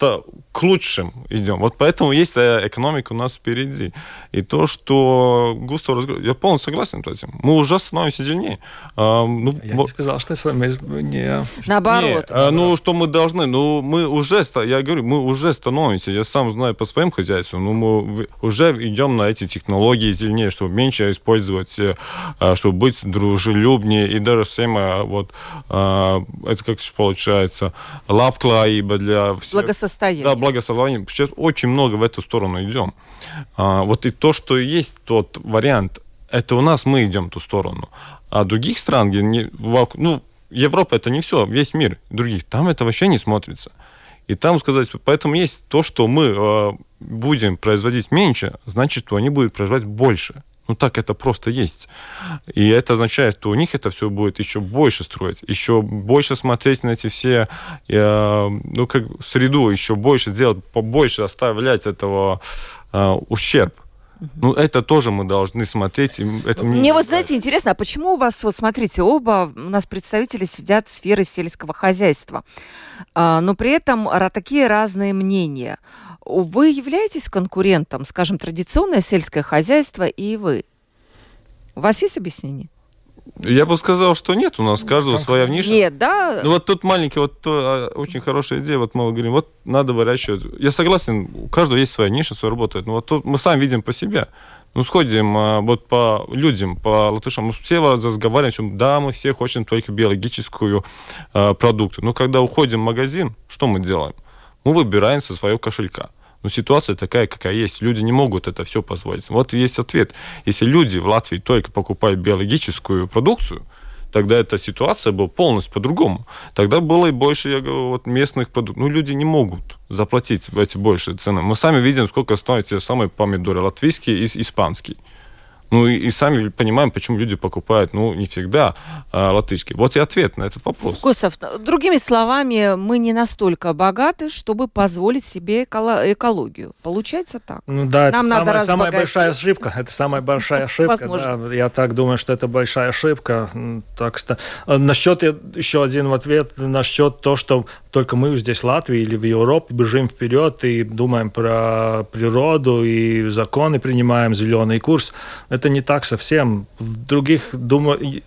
D: к лучшим идем. Вот поэтому есть экономика у нас впереди. И то, что Густав разговаривает, я полностью согласен с этим. Мы уже становимся сильнее. А, ну,
C: я не сказал, что с вами не...
B: Наоборот.
D: Не, а, ну, что мы должны? Ну, мы уже, я говорю, мы уже становимся. Я сам знаю по своим хозяйствам, ну, мы уже идем на эти технологии, чтобы меньше использовать, чтобы быть дружелюбнее, и даже всем вот это как получается лапклаиба для всех.
B: Благосостояние.
D: Да, благосостояние. Сейчас очень много в эту сторону идем. Вот и то, что есть тот вариант, это у нас мы идем в ту сторону. А других стран, где не, ну, Европа это не все, весь мир других, там это вообще не смотрится. И там сказать, поэтому есть то, что мы э, будем производить меньше, значит, что они будут производить больше. Ну, так это просто есть. И это означает, что у них это все будет еще больше строить, еще больше смотреть на эти все, э, ну, как среду, еще больше сделать, побольше оставлять этого э, ущерб. Ну, это тоже мы должны смотреть. Это
B: мне, мне вот, знаете, интересно, а почему у вас, вот смотрите, оба у нас представители сидят в сфере сельского хозяйства, а, но при этом такие разные мнения. Вы являетесь конкурентом, скажем, традиционное сельское хозяйство и вы? У вас есть объяснение?
D: Я бы сказал, что нет, у нас каждого своя ниша.
B: Нет, да?
D: Ну вот тут маленький, вот то, очень хорошая идея, вот мы говорим, вот надо выращивать. Я согласен, у каждого есть своя ниша, своя работает, но вот тут мы сами видим по себе. Ну, сходим вот по людям, по латышам, мы все разговариваем, что да, мы все хотим только биологическую э, продукцию. Но когда уходим в магазин, что мы делаем? Мы выбираем со своего кошелька. Но ситуация такая, какая есть. Люди не могут это все позволить. Вот и есть ответ. Если люди в Латвии только покупают биологическую продукцию, тогда эта ситуация была полностью по-другому. Тогда было и больше, я говорю, вот местных продуктов. Ну, люди не могут заплатить эти большие цены. Мы сами видим, сколько стоят те самые помидоры латвийские и испанские. Ну, и, и сами понимаем, почему люди покупают, ну, не всегда а, латышские. Вот и ответ на этот вопрос.
B: Густав, другими словами, мы не настолько богаты, чтобы позволить себе эколо- экологию. Получается так?
C: Ну да,
B: Нам
C: это
B: надо
C: самая, самая большая ошибка. Это самая большая ошибка. Да. Я так думаю, что это большая ошибка. Так что насчет, еще один ответ, насчет того, что только мы здесь в Латвии или в Европе бежим вперед и думаем про природу и законы принимаем, зеленый курс. Это не так совсем. В других, думаю,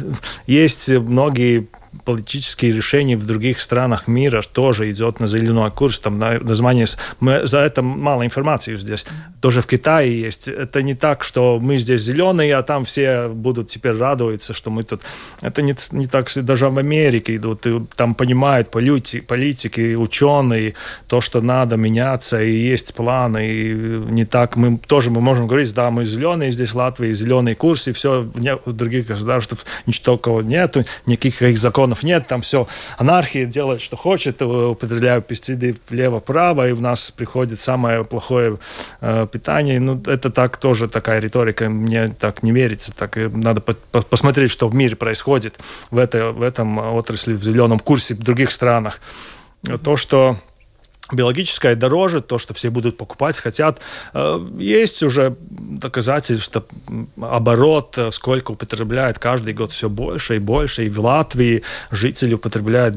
C: есть многие политические решения в других странах мира тоже идет на зеленый курс. Там название... Мы, за это мало информации здесь. Тоже в Китае есть. Это не так, что мы здесь зеленые, а там все будут теперь радоваться, что мы тут... Это не, не так, даже в Америке идут. И там понимают полити, политики, ученые, то, что надо меняться, и есть планы. И не так... Мы тоже мы можем говорить, да, мы зеленые здесь в Латвии, зеленый курс, и все, в других государствах ничего такого нету, никаких законов нет, там все, анархия делает, что хочет, употребляют пестициды влево-право, и у нас приходит самое плохое э, питание. Ну, это так тоже такая риторика, мне так не верится. Так надо по- по- посмотреть, что в мире происходит в, этой, в этом отрасли, в зеленом курсе в других странах. То, что биологическое дороже, то, что все будут покупать, хотят. Есть уже доказательства, оборот, сколько употребляет каждый год все больше и больше. И в Латвии жители употребляют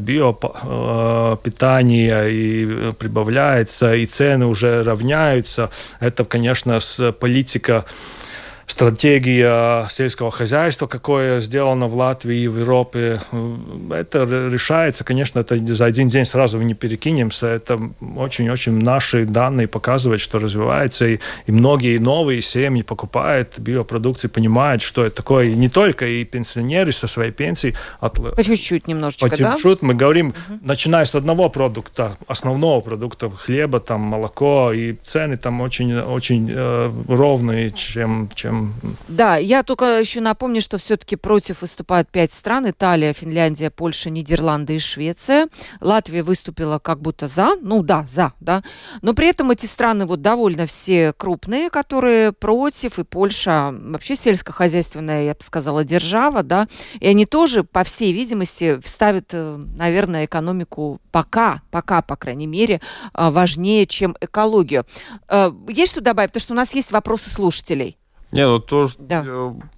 C: биопитание, и прибавляется, и цены уже равняются. Это, конечно, с политика стратегия сельского хозяйства, какое сделано в Латвии и в Европе. Это решается, конечно, это за один день сразу не перекинемся. Это очень-очень наши данные показывают, что развивается, и, и многие новые семьи покупают биопродукции, понимают, что это такое. И не только и пенсионеры со своей пенсией. От...
B: По чуть-чуть немножечко,
C: По
B: да?
C: чуть-чуть. Мы говорим,
B: угу.
C: начиная с одного продукта, основного продукта, хлеба, там, молоко, и цены там очень, очень э, ровные, чем, чем
B: Да, я только еще напомню, что все-таки против выступают пять стран: Италия, Финляндия, Польша, Нидерланды и Швеция. Латвия выступила как будто за, ну да, за, да. Но при этом эти страны вот довольно все крупные, которые против, и Польша вообще сельскохозяйственная, я бы сказала, держава, да. И они тоже, по всей видимости, ставят, наверное, экономику пока, пока, по крайней мере, важнее, чем экологию. Есть что добавить? Потому что у нас есть вопросы слушателей.
D: Не, ну то, что
B: да.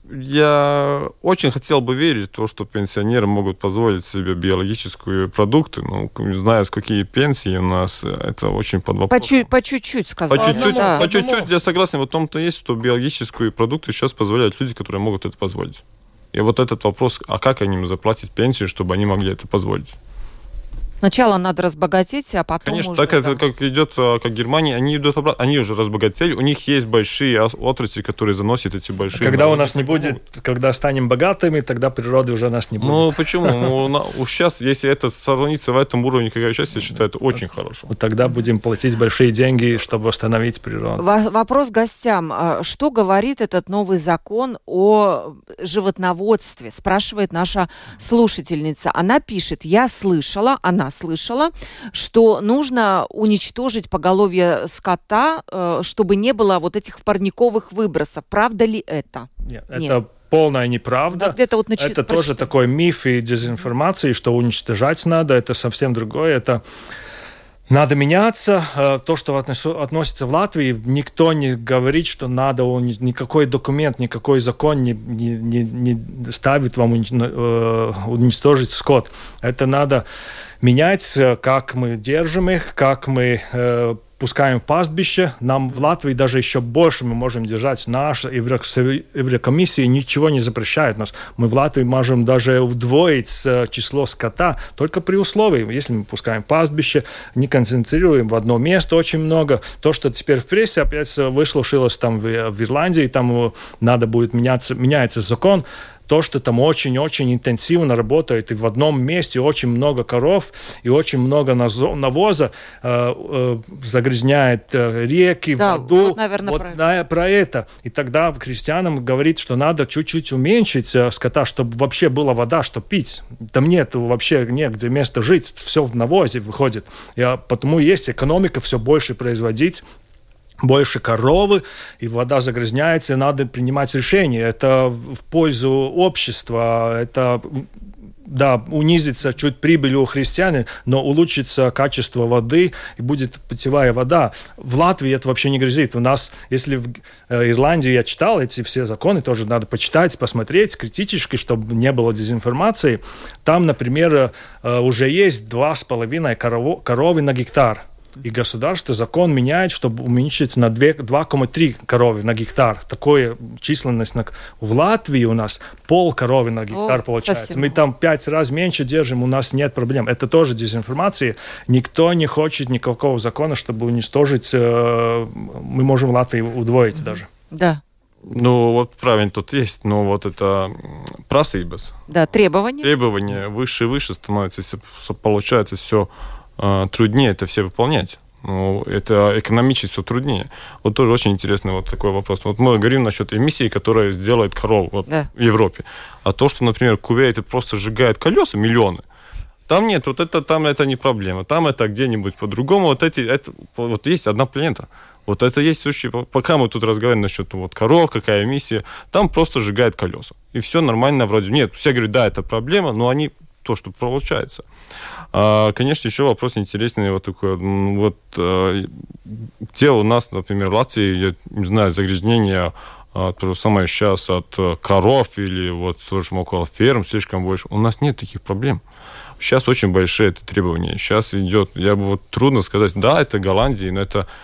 D: я очень хотел бы верить в то, что пенсионеры могут позволить себе биологические продукты. Ну, зная, с какие пенсии у нас, это очень под вопросом.
B: По, чуть, по чуть-чуть, сказал.
D: По чуть-чуть,
B: да.
D: по чуть-чуть, я согласен. В том-то есть, что биологические продукты сейчас позволяют люди, которые могут это позволить. И вот этот вопрос, а как они им заплатят пенсию, чтобы они могли это позволить?
B: Сначала надо разбогатеть, а потом
D: Конечно,
B: уже...
D: так
B: да.
D: это как идет, как Германия, они идут обратно, они уже разбогатели, у них есть большие отрасли, которые заносят эти большие...
C: Когда у нас не будет, когда станем богатыми, тогда природы уже нас не будет.
D: Ну, почему? Ну, сейчас, если это сравнится в этом уровне, как я сейчас, я считаю, это очень хорошо.
C: Вот тогда будем платить большие деньги, чтобы остановить природу.
B: Вопрос гостям. Что говорит этот новый закон о животноводстве? Спрашивает наша слушательница. Она пишет: я слышала, она слышала, что нужно уничтожить поголовье скота, чтобы не было вот этих парниковых выбросов. Правда ли это?
C: Нет,
B: Нет.
C: это полная неправда.
B: Вот это вот начи...
C: это тоже такой миф и дезинформация, что уничтожать надо. Это совсем другое. Это надо меняться. То, что относится в Латвии, никто не говорит, что надо, никакой документ, никакой закон не, не, не ставит вам уничтожить скот. Это надо менять, как мы держим их, как мы э, пускаем в пастбище. Нам в Латвии даже еще больше мы можем держать. Наша Еврокомиссия ничего не запрещает нас. Мы в Латвии можем даже удвоить число скота, только при условии, если мы пускаем в пастбище, не концентрируем в одно место очень много. То, что теперь в прессе опять выслушалось там в, в Ирландии, там надо будет меняться, меняется закон. То, что там очень-очень интенсивно работает, и в одном месте очень много коров, и очень много навоза э, э, загрязняет э, реки,
B: да,
C: воду.
B: Вот, наверное,
C: вот
B: про,
C: на,
B: это.
C: про это. И тогда крестьянам говорит, что надо чуть-чуть уменьшить э, скота, чтобы вообще была вода, что пить. Там нет вообще негде места жить, все в навозе выходит. И, потому есть экономика все больше производить, больше коровы, и вода загрязняется, и надо принимать решения. Это в пользу общества, это, да, унизится чуть прибыль у христиан, но улучшится качество воды, и будет питьевая вода. В Латвии это вообще не грозит. У нас, если в Ирландии я читал эти все законы, тоже надо почитать, посмотреть критически, чтобы не было дезинформации. Там, например, уже есть два с половиной коровы на гектар. И государство закон меняет, чтобы уменьшить на два целых три коровы на гектар. Такое численность. На... В Латвии у нас пол коровы на гектар О, получается. Совсем. Мы там пять раз меньше держим, у нас нет проблем. Это тоже дезинформация. Никто не хочет никакого закона, чтобы уничтожить. Э, мы можем в Латвии удвоить mm-hmm. даже.
B: Да.
D: Ну, вот правильно тут есть, но вот это просības.
B: Да, требования.
D: Требования выше и выше становятся, получается все труднее это все выполнять. Ну, это экономически все труднее. Вот тоже очень интересный вот такой вопрос. Вот мы говорим насчет эмиссии, которая сделает коров вот, да. в Европе. А то, что, например, Кувейт просто сжигает колеса миллионы, там нет, вот это, там это не проблема. Там это где-нибудь по-другому. Вот, эти, это, вот есть одна планета. Вот это есть случай, пока мы тут разговариваем насчет вот, коров, какая эмиссия, там просто сжигает колеса. И все нормально вроде. Нет, все говорят, да, это проблема, но они то, что получается. А, конечно, еще вопрос интересный вот такой. Вот где у нас, например, в Латвии, я не знаю, загрязнение а, то же самое сейчас от коров или вот тоже около ферм слишком больше. У нас нет таких проблем. Сейчас очень большие это требования. Сейчас идет, я бы вот трудно сказать, да, это Голландия, но это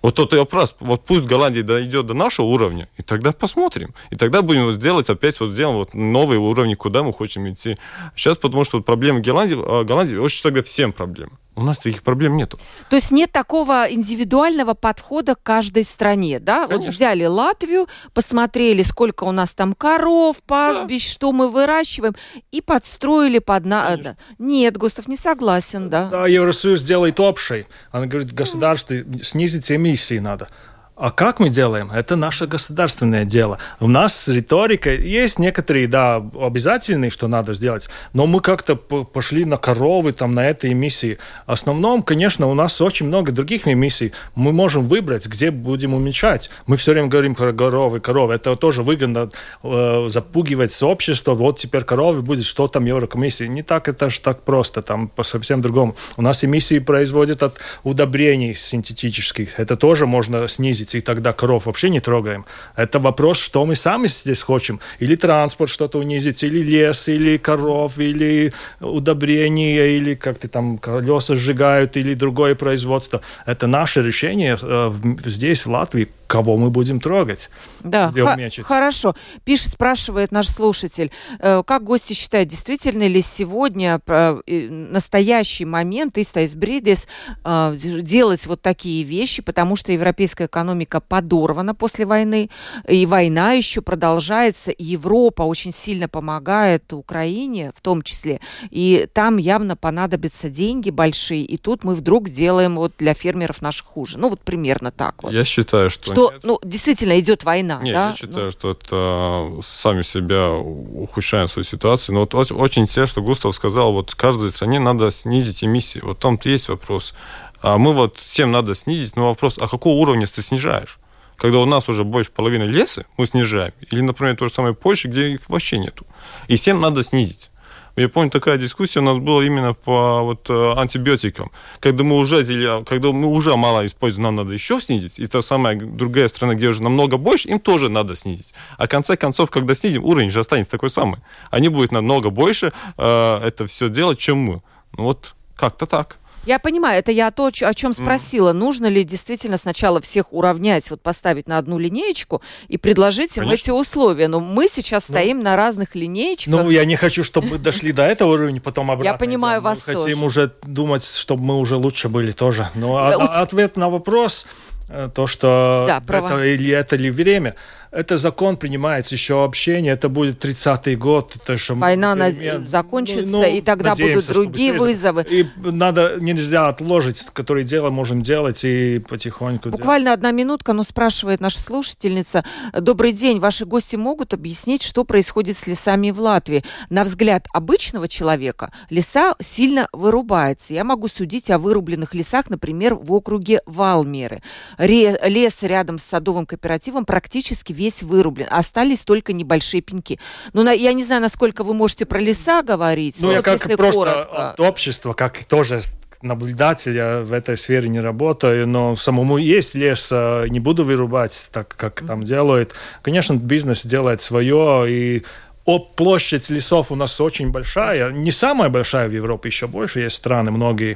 D: Вот тот и вопрос. Вот пусть Голландия дойдет до нашего уровня, и тогда посмотрим. И тогда будем вот сделать, опять вот сделаем вот новые уровни, куда мы хотим идти. Сейчас, потому что вот проблемы Голландии, Голландии очень тогда всем проблемы. У нас таких проблем нету.
B: То есть нет такого индивидуального подхода к каждой стране, да?
D: Конечно.
B: Вот взяли Латвию, посмотрели, сколько у нас там коров, пастбищ, да. что мы выращиваем, и подстроили под... На... Да. Нет, Густав не согласен, да.
C: Да, Евросоюз делает общий. Она говорит, государство, снизить эмиссии надо. А как мы делаем? Это наше государственное дело. У нас риторика, есть некоторые, да, обязательные, что надо сделать, но мы как-то пошли на коровы, там, на этой эмиссии. В основном, конечно, у нас очень много других эмиссий. Мы можем выбрать, где будем уменьшать. Мы все время говорим про коровы, коровы. Это тоже выгодно э, запугивать сообщество. Вот теперь коровы будет, что там Еврокомиссия. Не так, это же так просто, там по совсем другому. У нас эмиссии производят от удобрений синтетических. Это тоже можно снизить. И тогда коров вообще не трогаем. Это вопрос, что мы сами здесь хотим. Или транспорт что-то унизить, или лес, или коров, или удобрения, или как-то там колеса сжигают, или другое производство. Это наше решение э, здесь, в Латвии, кого мы будем трогать.
B: Да, х- хорошо. Пишет, спрашивает наш слушатель, э, как гости считают, действительно ли сегодня э, настоящий момент, истais брīdis, э, делать вот такие вещи, потому что европейская экономика подорвана после войны, и война еще продолжается, и Европа очень сильно помогает Украине в том числе, и там явно понадобятся деньги большие, и тут мы вдруг сделаем вот для фермеров наших хуже. Ну вот примерно так вот.
D: Я считаю, что...
B: Что, нет. ну, действительно идет война,
D: нет,
B: да?
D: Я считаю,
B: ну...
D: что это сами себя ухудшаем свою ситуацию. Но вот очень интересно, что Густав сказал, вот каждой стране надо снизить эмиссии. Вот там-то есть вопрос. А мы вот всем надо снизить, но вопрос, а какого уровня ты снижаешь? Когда у нас уже больше половины леса, мы снижаем. Или, например, то же самое в Польше, где их вообще нету. И всем надо снизить. Я помню, такая дискуссия у нас была именно по вот, антибиотикам. Когда мы уже, когда мы уже мало используем, нам надо еще снизить. И та самая другая страна, где уже намного больше, им тоже надо снизить. А в конце концов, когда снизим, уровень же останется такой самый. Они будут намного больше э, это все делать, чем мы. Ну вот как-то так.
B: Я понимаю, это я то, о чем спросила. Mm. Нужно ли действительно сначала всех уравнять, вот поставить на одну линеечку и предложить им Конечно. Эти условия? Но мы сейчас ну, стоим на разных линеечках.
C: Ну, я не хочу, чтобы мы дошли до этого уровня, потом обратно.
B: Я понимаю идем. вас
C: мы
B: тоже.
C: Хотим уже думать, чтобы мы уже лучше были тоже. Но а, ответ на вопрос, то, что
B: да,
C: это или это ли время... Это закон принимается еще общение, это будет тридцатый год. Это, что
B: Война на... закончится, ну, и тогда надеемся, будут другие вызовы.
C: И надо, нельзя отложить, которые дела можем делать и потихоньку...
B: Буквально
C: делать.
B: Одна минутка, но спрашивает наша слушательница. Добрый день, ваши гости могут объяснить, что происходит с лесами в Латвии? На взгляд обычного человека леса сильно вырубаются. Я могу судить о вырубленных лесах, например, в округе Валмеры. Ре... Лес рядом с садовым кооперативом практически весь вырублен. Остались только небольшие пеньки. Ну, на, я не знаю, насколько вы можете про леса говорить.
C: Ну, я
B: вот
C: как
B: если
C: просто
B: коротко.
C: От общества, как тоже наблюдатель, я в этой сфере не работаю, но самому есть лес, не буду вырубать так, как mm-hmm. там делают. Конечно, бизнес делает свое, и площадь лесов у нас очень большая, не самая большая в Европе, еще больше есть страны многие,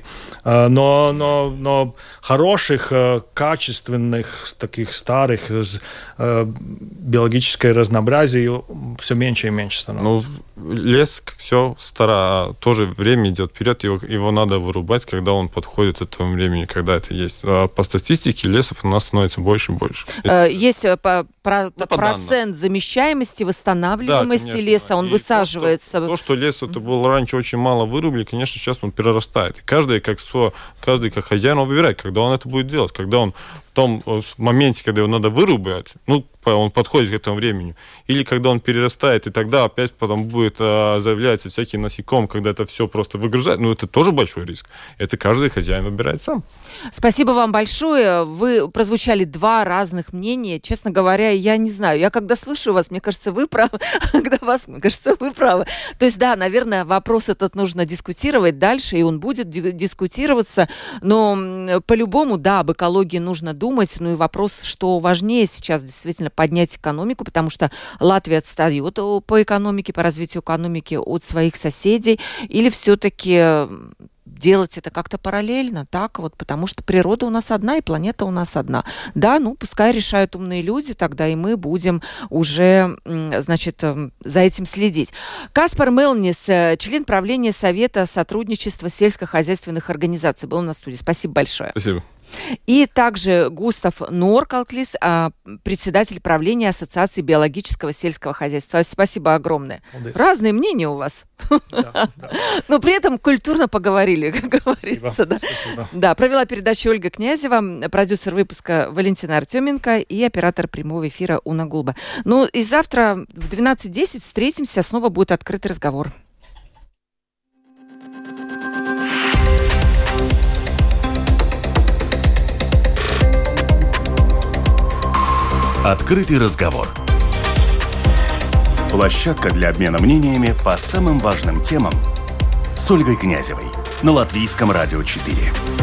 C: но, но, но хороших, качественных, таких старых, биологическое разнообразие все меньше и меньше становится.
D: Ну, лес все старо, тоже время идет вперед, его, его надо вырубать, когда он подходит к этому времени, когда это есть. А по статистике лесов у нас становится больше и больше.
B: Есть по, про, ну, процент замещаемости, восстанавливаемости, да, леса, он и высаживается.
D: То, что, то, что лес это было раньше очень мало вырубли, конечно, сейчас он перерастает. И каждый как, свой, каждый как хозяин он выбирает, когда он это будет делать, когда он в том моменте, когда его надо вырубать, ну, он подходит к этому времени, или когда он перерастает, и тогда опять потом будет а, заявляться всякие насекомые, когда это все просто выгружает, ну, это тоже большой риск. Это каждый хозяин выбирает сам.
B: Спасибо вам большое. Вы прозвучали два разных мнения. Честно говоря, я не знаю. Я когда слышу вас, мне кажется, вы правы. А когда вас, мне кажется, вы правы. То есть, да, наверное, вопрос этот нужно дискутировать дальше, и он будет дискутироваться. Но по-любому, да, об экологии нужно думать. Ну и вопрос, что важнее сейчас действительно поднять экономику, потому что Латвия отстает по экономике, по развитию экономики от своих соседей, или все-таки делать это как-то параллельно, так вот, потому что природа у нас одна и планета у нас одна. Да, ну, пускай решают умные люди, тогда и мы будем уже, значит, за этим следить. Каспар Мелнис, член правления Совета сотрудничества сельскохозяйственных организаций, был у нас в студии. Спасибо большое.
D: Спасибо.
B: И также Густав Норкалклис, председатель правления Ассоциации биологического сельского хозяйства. Спасибо огромное. Молодец. Разные мнения у вас. Да, да. Но при этом культурно поговорили, как говорится. Спасибо. Да. Спасибо. Да, провела передачу Ольга Князева, продюсер выпуска Валентина Артеменко и оператор прямого эфира Уна Гулба. Ну и завтра в двенадцать десять встретимся, снова будет открытый разговор.
A: Открытый разговор. Площадка для обмена мнениями по самым важным темам с Ольгой Князевой на Латвийском радио четыре.